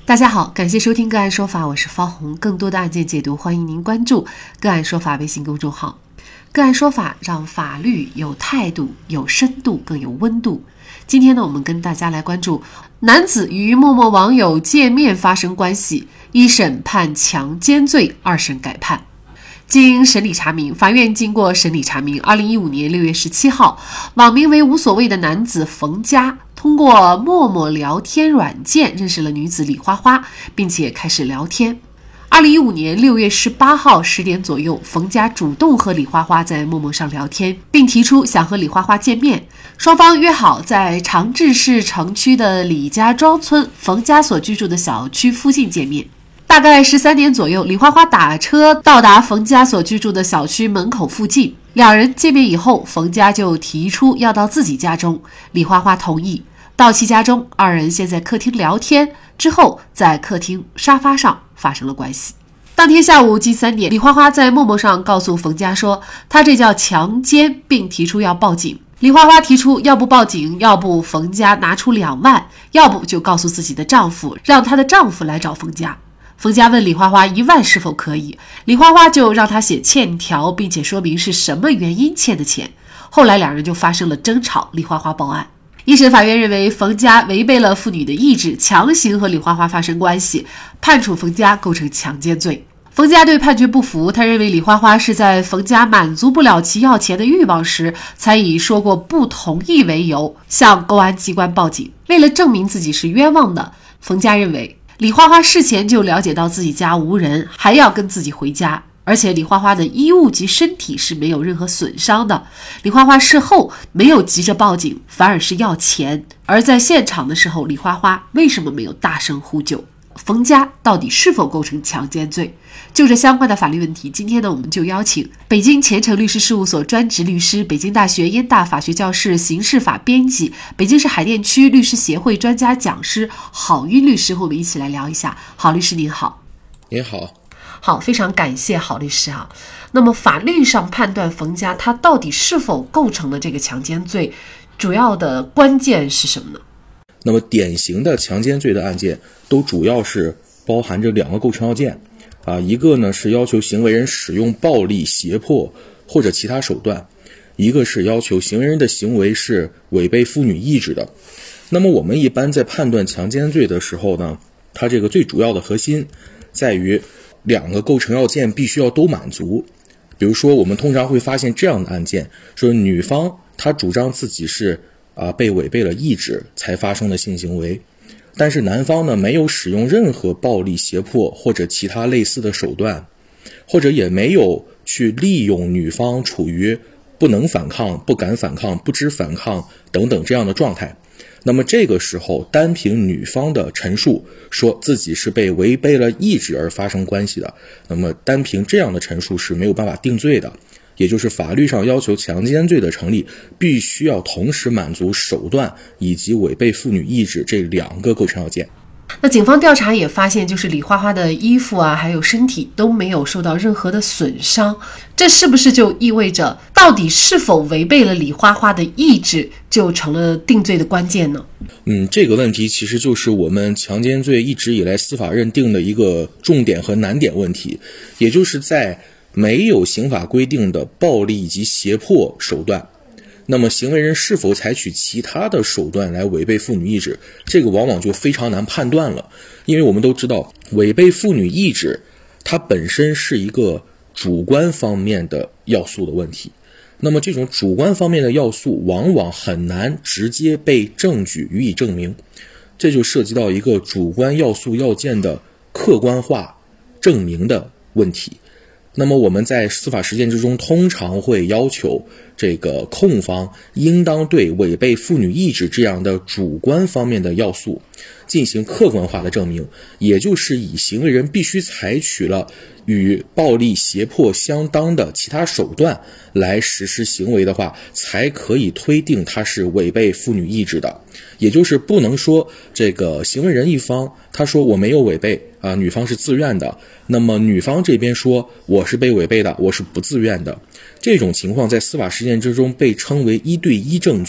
大家好，感谢收听个案说法，我是方红。更多的案件解读，欢迎您关注个案说法微信公众号。个案说法让法律有态度、有深度、更有温度。今天呢，我们跟大家来关注男子与陌陌网友见面发生关系，一审判强奸罪，二审改判。经审理查明，法院经过审理查明，2015年6月17号，网名为无所谓的男子冯佳通过陌陌聊天软件认识了女子李花花，并且开始聊天。2015年6月18号10点左右，冯佳主动和李花花在陌陌上聊天，并提出想和李花花见面。双方约好在长治市城区的李家庄村冯佳所居住的小区附近见面。大概13点左右，李花花打车到达冯佳所居住的小区门口附近。两人见面以后，冯佳就提出要到自己家中，李花花同意。到其家中，二人先在客厅聊天，之后在客厅沙发上发生了关系。当天下午近3点，李花花在陌陌上告诉冯佳说，她这叫强奸，并提出要报警。李花花提出要不报警，要不冯佳拿出2万，要不就告诉自己的丈夫，让她的丈夫来找冯佳。冯佳问李花花1万是否可以，李花花就让她写欠条，并且说明是什么原因欠的钱。后来两人就发生了争吵，李花花报案。一审法院认为冯佳违背了妇女的意志，强行和李花花发生关系，判处冯佳构成强奸罪。冯佳对判决不服，他认为李花花是在冯佳满足不了其要钱的欲望时，才以说过不同意为由向公安机关报警。为了证明自己是冤枉的，冯佳认为李花花事前就了解到自己家无人，还要跟自己回家，而且李花花的衣物及身体是没有任何损伤的。李花花事后没有急着报警，反而是要钱。而在现场的时候，李花花为什么没有大声呼救？冯佳到底是否构成强奸罪？就这相关的法律问题，今天呢，我们就邀请北京前程律师事务所专职律师、北京大学燕大法学教室刑事法编辑、北京市海淀区律师协会专家讲师郝晕律师和我们一起来聊一下。郝律师您好。 您好。 好，非常感谢郝律师啊。那么法律上判断冯佳他到底是否构成了这个强奸罪，主要的关键是什么呢？ 那么典型的强奸罪的案件都主要是包含着2个构成要件一个呢是要求行为人使用暴力、胁迫或者其他手段，一个是要求行为人的行为是违背妇女意志的。那么我们一般在判断强奸罪的时候呢，它这个最主要的核心在于2个构成要件必须要都满足。比如说我们通常会发现这样的案件，说女方她主张自己是被违背了意志才发生的性行为，但是男方呢没有使用任何暴力、胁迫或者其他类似的手段，或者也没有去利用女方处于不能反抗、不敢反抗、不知反抗等等这样的状态。那么这个时候单凭女方的陈述说自己是被违背了意志而发生关系的，那么单凭这样的陈述是没有办法定罪的。也就是法律上要求强奸罪的成立，必须要同时满足手段以及违背妇女意志这2个构成要件。 那警方调查也发现，就是李花花的衣服还有身体都没有受到任何的损伤，这是不是就意味着到底是否违背了李花花的意志就成了定罪的关键呢？ 这个问题其实就是我们强奸罪一直以来司法认定的一个重点和难点问题，也就是在没有刑法规定的暴力以及胁迫手段，那么行为人是否采取其他的手段来违背妇女意志，这个往往就非常难判断了。因为我们都知道违背妇女意志它本身是一个主观方面的要素的问题，那么这种主观方面的要素往往很难直接被证据予以证明，这就涉及到一个主观要素要件的客观化证明的问题。那么我们在司法实践之中通常会要求这个控方应当对违背妇女意志这样的主观方面的要素进行客观化的证明，也就是以行为人必须采取了与暴力胁迫相当的其他手段来实施行为的话，才可以推定它是违背妇女意志的。也就是不能说这个行为人一方他说我没有违背女方是自愿的，那么女方这边说我是被违背的，我是不自愿的。这种情况在司法实践之中被称为1对1证据。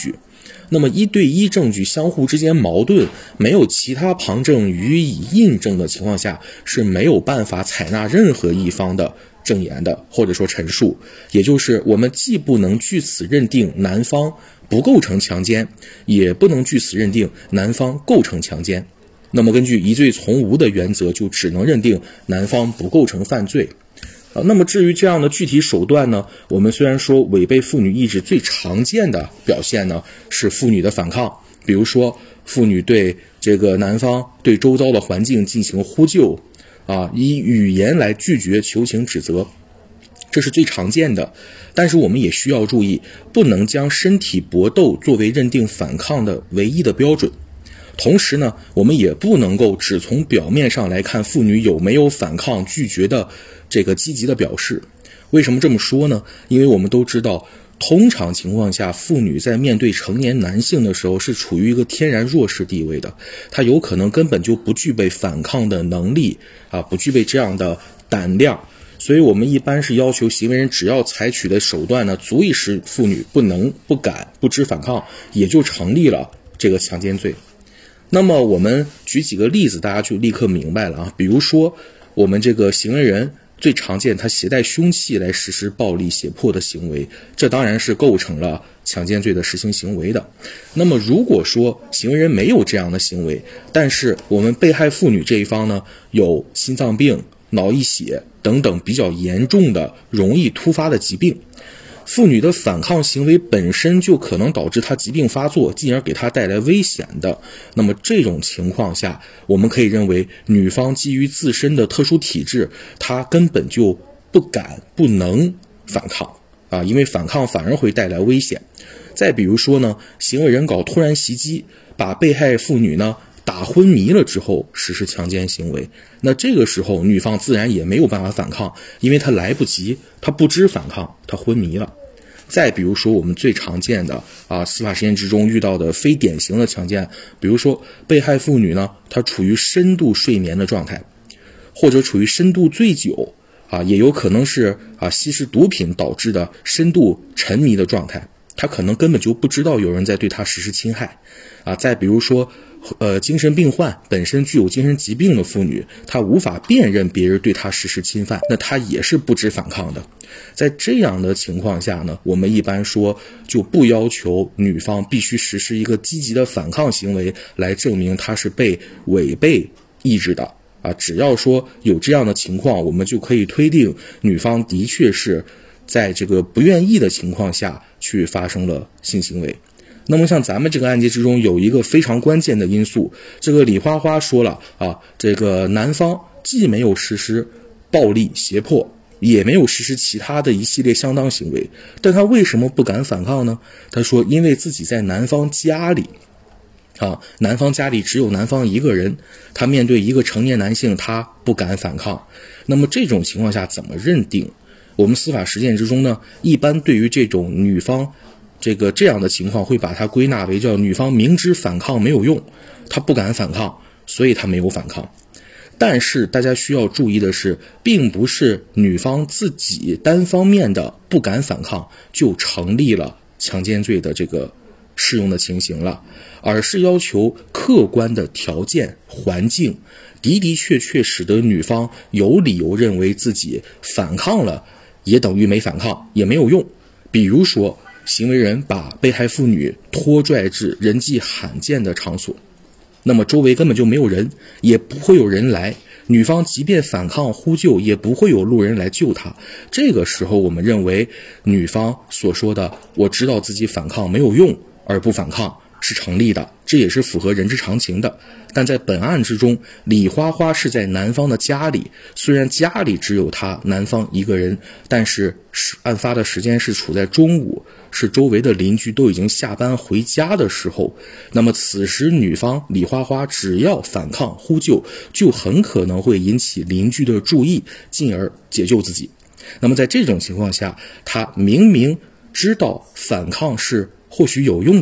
那么一对一证据相互之间矛盾，没有其他旁证予以印证的情况下，是没有办法采纳任何一方的证言的，或者说陈述。也就是我们既不能据此认定男方不构成强奸，也不能据此认定男方构成强奸。那么根据疑罪从无的原则，就只能认定男方不构成犯罪。那么至于这样的具体手段呢，我们虽然说违背妇女意志最常见的表现呢是妇女的反抗，比如说妇女对这个男方对周遭的环境进行呼救以语言来拒绝求情指责，这是最常见的。但是我们也需要注意，不能将身体搏斗作为认定反抗的唯一的标准。同时呢，我们也不能够只从表面上来看妇女有没有反抗拒绝的这个积极的表示。为什么这么说呢？因为我们都知道，通常情况下，妇女在面对成年男性的时候是处于一个天然弱势地位的，她有可能根本就不具备反抗的能力不具备这样的胆量。所以我们一般是要求行为人只要采取的手段呢，足以使妇女不能、不敢、不知反抗，也就成立了这个强奸罪。那么我们举几个例子，大家就立刻明白了比如说我们这个行为人最常见他携带凶器来实施暴力胁迫的行为，这当然是构成了强奸罪的实行行为的。那么如果说行为人没有这样的行为，但是我们被害妇女这一方呢，有心脏病、脑溢血等等比较严重的容易突发的疾病，妇女的反抗行为本身就可能导致她疾病发作，进而给她带来危险的，那么这种情况下，我们可以认为女方基于自身的特殊体质，她根本就不敢不能反抗因为反抗反而会带来危险。再比如说呢，行为人搞突然袭击，把被害妇女呢打昏迷了之后实施强奸行为，那这个时候女方自然也没有办法反抗，因为她来不及，她不知反抗，她昏迷了。再比如说我们最常见的司法实践之中遇到的非典型的强奸，比如说被害妇女呢，她处于深度睡眠的状态，或者处于深度醉酒也有可能是吸食毒品导致的深度沉迷的状态，她可能根本就不知道有人在对她实施侵害再比如说精神病患本身具有精神疾病的妇女，她无法辨认别人对她实施侵犯，那她也是不知反抗的。在这样的情况下呢，我们一般说就不要求女方必须实施一个积极的反抗行为来证明她是被违背意志的只要说有这样的情况，我们就可以推定女方的确是在这个不愿意的情况下去发生了性行为。那么像咱们这个案件之中有一个非常关键的因素，这个李花花说了这个男方既没有实施暴力胁迫，也没有实施其他的一系列相当行为，但他为什么不敢反抗呢？他说因为自己在男方家里男方家里只有男方一个人，他面对一个成年男性他不敢反抗。那么这种情况下怎么认定？我们司法实践之中呢，一般对于这种女方这样的情况会把它归纳为叫女方明知反抗没有用，她不敢反抗，所以她没有反抗。但是大家需要注意的是，并不是女方自己单方面的不敢反抗就成立了强奸罪的这个适用的情形了，而是要求客观的条件环境的的确确使得女方有理由认为自己反抗了也等于没反抗，也没有用。比如说行为人把被害妇女拖拽至人迹罕见的场所，那么周围根本就没有人，也不会有人来，女方即便反抗呼救也不会有路人来救她。这个时候我们认为女方所说的我知道自己反抗没有用而不反抗是成立的，这也是符合人之常情的。但在本案之中，李花花是在男方的家里，虽然家里只有他男方一个人，但是案发的时间是处在中午，是周围的邻居都已经下班回家的时候。那么此时女方李花花只要反抗呼救，就很可能会引起邻居的注意，进而解救自己。那么在这种情况下，他明明知道反抗是或许有用的，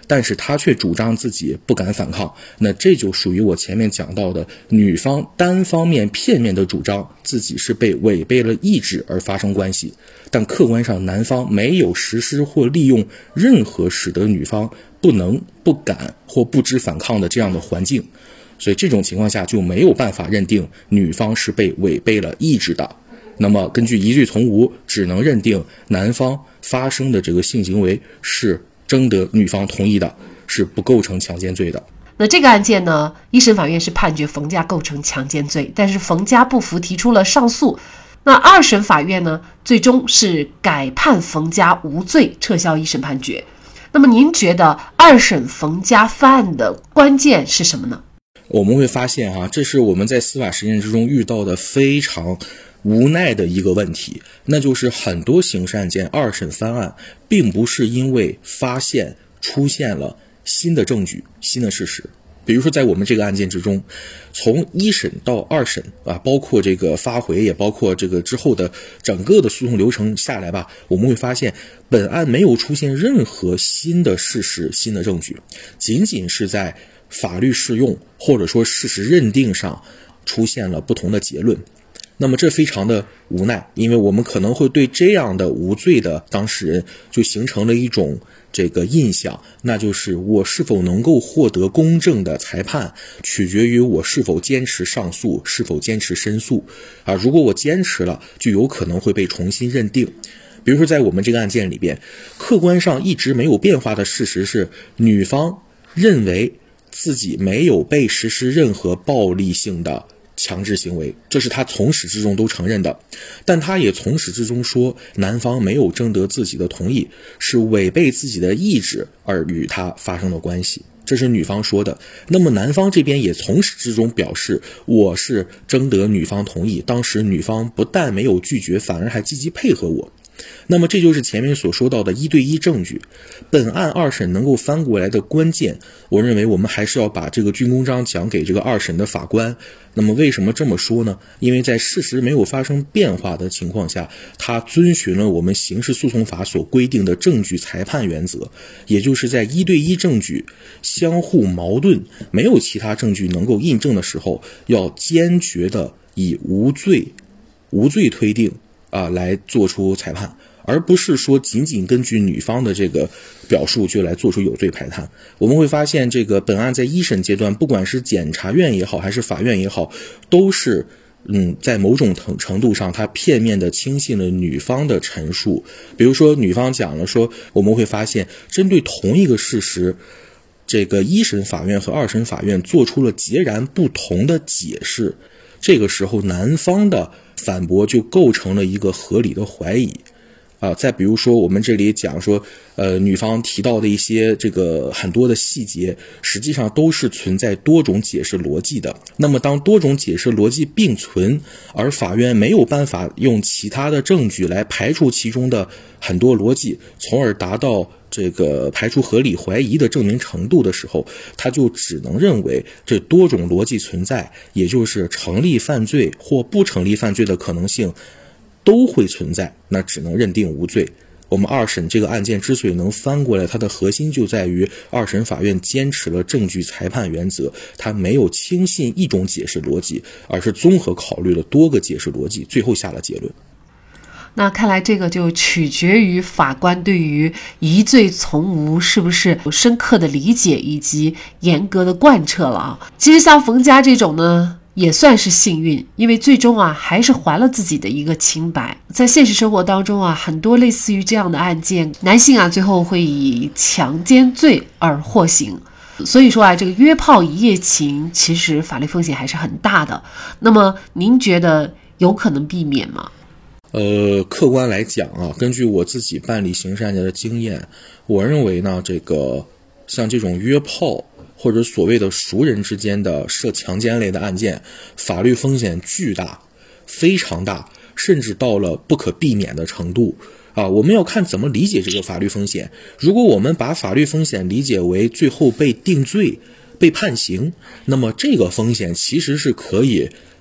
但是他却主张自己不敢反抗，那这就属于我前面讲到的女方单方面片面的主张自己是被违背了意志而发生关系，但客观上男方没有实施或利用任何使得女方不能、不敢或不知反抗的这样的环境，所以这种情况下就没有办法认定女方是被违背了意志的。那么根据疑罪从无，只能认定男方发生的这个性行为是征得女方同意的，是不构成强奸罪的。 那这个案件呢，一审法院是判决冯家构成强奸罪，但是冯家不服，提出了上诉。那二审法院呢，最终是改判冯家无罪，撤销一审判决。那么您觉得二审冯家翻案的关键是什么呢？ 我们会发现这是我们在司法实践之中遇到的非常无奈的一个问题，那就是很多刑事案件二审翻案，并不是因为发现出现了新的证据、新的事实。比如说在我们这个案件之中，从一审到二审包括这个发回，也包括这个之后的整个的诉讼流程下来吧，我们会发现本案没有出现任何新的事实、新的证据，仅仅是在法律适用或者说事实认定上出现了不同的结论。那么这非常的无奈，因为我们可能会对这样的无罪的当事人就形成了一种这个印象，那就是我是否能够获得公正的裁判，取决于我是否坚持上诉，是否坚持申诉如果我坚持了，就有可能会被重新认定。比如说在我们这个案件里边，客观上一直没有变化的事实是，女方认为自己没有被实施任何暴力性的强制行为，这是他从始至终都承认的，但他也从始至终说男方没有征得自己的同意，是违背自己的意志而与他发生了关系，这是女方说的。那么男方这边也从始至终表示，我是征得女方同意，当时女方不但没有拒绝，反而还积极配合我。那么这就是前面所说到的一对一证据。本案二审能够翻过来的关键，我认为我们还是要把这个军功章讲给这个二审的法官。那么为什么这么说呢？因为在事实没有发生变化的情况下，他遵循了我们刑事诉讼法所规定的证据裁判原则，也就是在一对一证据相互矛盾，没有其他证据能够印证的时候，要坚决的以无罪推定来做出裁判，而不是说仅仅根据女方的这个表述就来做出有罪排判。我们会发现这个本案在一审阶段，不管是检察院也好还是法院也好，都是在某种程度上他片面的轻信了女方的陈述。比如说女方讲了说，我们会发现针对同一个事实，这个一审法院和二审法院做出了截然不同的解释，这个时候男方的反驳就构成了一个合理的怀疑再比如说我们这里讲说女方提到的一些这个很多的细节，实际上都是存在多种解释逻辑的。那么当多种解释逻辑并存，而法院没有办法用其他的证据来排除其中的很多逻辑，从而达到这个排除合理怀疑的证明程度的时候，他就只能认为这多种逻辑存在，也就是成立犯罪或不成立犯罪的可能性都会存在，那只能认定无罪。我们二审这个案件之所以能翻过来，它的核心就在于二审法院坚持了证据裁判原则，它没有轻信一种解释逻辑，而是综合考虑了多个解释逻辑，最后下了结论。 那看来这个就取决于法官对于疑罪从无是不是有深刻的理解以及严格的贯彻了其实像冯家这种呢也算是幸运，因为最终还是还了自己的一个清白。在现实生活当中很多类似于这样的案件，男性最后会以强奸罪而获刑。所以说这个约炮一夜情其实法律风险还是很大的。那么您觉得有可能避免吗？ 客观来讲根据我自己办理刑事案件的经验，我认为呢，这个像这种约炮或者所谓的熟人之间的涉强奸类的案件，法律风险巨大，非常大，甚至到了不可避免的程度我们要看怎么理解这个法律风险。如果我们把法律风险理解为最后被定罪、被判刑，那么这个风险其实是可以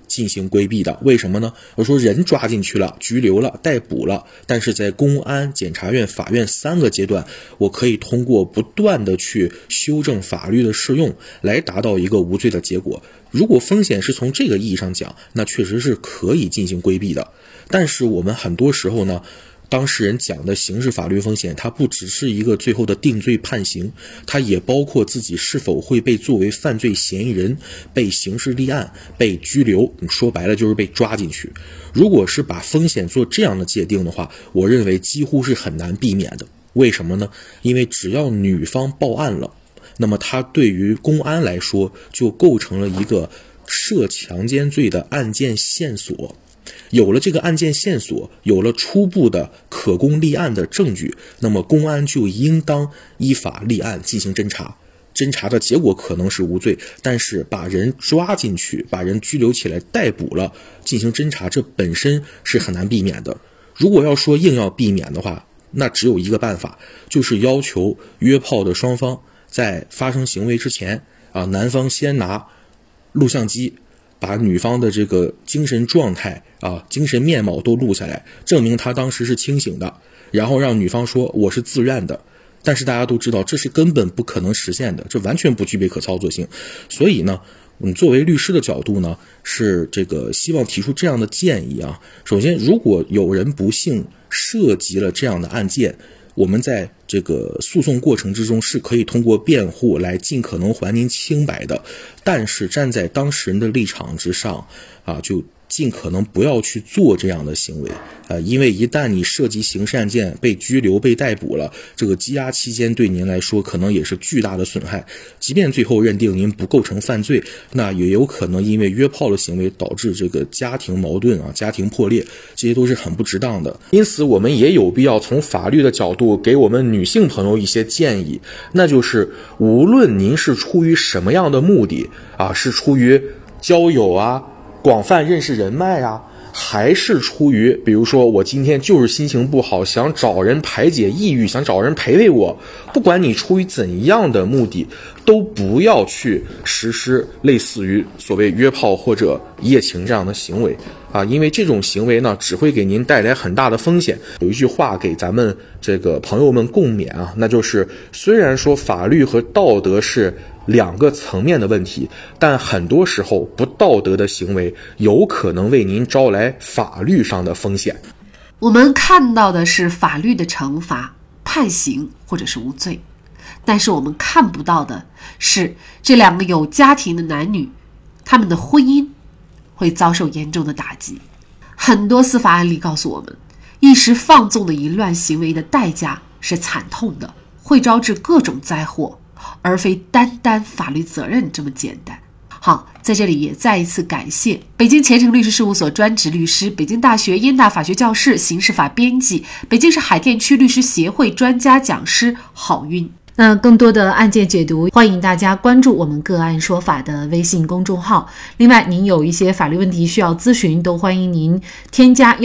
进行规避的。为什么呢？我说人抓进去了，拘留了，逮捕了，但是在公安、检察院、法院3个阶段，我可以通过不断的去修正法律的适用，来达到一个无罪的结果。如果风险是从这个意义上讲，那确实是可以进行规避的。但是我们很多时候呢，当事人讲的刑事法律风险，它不只是一个最后的定罪判刑，它也包括自己是否会被作为犯罪嫌疑人被刑事立案、被拘留，说白了就是被抓进去。如果是把风险做这样的界定的话，我认为几乎是很难避免的。为什么呢？因为只要女方报案了，那么它对于公安来说就构成了一个涉强奸罪的案件线索。有了这个案件线索，有了初步的可供立案的证据，那么公安就应当依法立案进行侦查。侦查的结果可能是无罪，但是把人抓进去，把人拘留起来，逮捕了，进行侦查，这本身是很难避免的。如果要说硬要避免的话，那只有一个办法，就是要求约炮的双方在发生行为之前男方先拿录像机把女方的这个精神状态精神面貌都录下来，证明她当时是清醒的，然后让女方说我是自愿的。但是大家都知道这是根本不可能实现的，这完全不具备可操作性。所以呢，作为律师的角度呢，是希望提出这样的建议首先，如果有人不幸涉及了这样的案件，我们在这个诉讼过程之中是可以通过辩护来尽可能还您清白的，但是站在当事人的立场之上就尽可能不要去做这样的行为因为一旦你涉及刑事案件被拘留被逮捕了，这个羁押期间对您来说可能也是巨大的损害。即便最后认定您不构成犯罪，那也有可能因为约炮的行为导致这个家庭矛盾家庭破裂，这些都是很不值当的。因此我们也有必要从法律的角度给我们女性朋友一些建议，那就是无论您是出于什么样的目的是出于交友广泛认识人脉还是出于比如说我今天就是心情不好，想找人排解抑郁，想找人陪陪我，不管你出于怎样的目的，都不要去实施类似于所谓约炮或者一夜情这样的行为因为这种行为呢只会给您带来很大的风险。有一句话给咱们这个朋友们共勉那就是虽然说法律和道德是2个层面的问题，但很多时候不道德的行为有可能为您招来法律上的风险。 我们看到的是法律的惩罚、判刑或者是无罪，但是我们看不到的是这2个有家庭的男女，他们的婚姻会遭受严重的打击。很多司法案例告诉我们，一时放纵的淫乱行为的代价是惨痛的，会招致各种灾祸，而非单单法律责任这么简单。好，在这里也再一次感谢北京前程律师事务所专职律师、北京大学燕大法学教室刑事法编辑、北京市海淀区律师协会专家讲师郝晕。那更多的案件解读，欢迎大家关注我们个案说法的微信公众号。另外，您有一些法律问题需要咨询，都欢迎您添加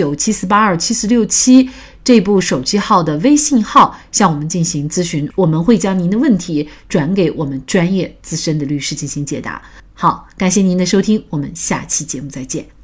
15974827467这部手机号的微信号向我们进行咨询，我们会将您的问题转给我们专业资深的律师进行解答。好，感谢您的收听，我们下期节目再见。